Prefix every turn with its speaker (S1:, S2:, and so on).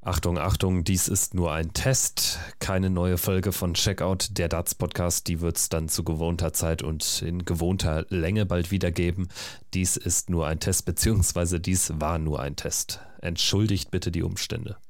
S1: Achtung, Achtung, dies ist nur ein Test, keine neue Folge von Checkout, der Darts-Podcast, die wird es dann zu gewohnter Zeit und in gewohnter Länge bald wieder geben. Dies ist nur ein Test, beziehungsweise dies war nur ein Test. Entschuldigt bitte die Umstände.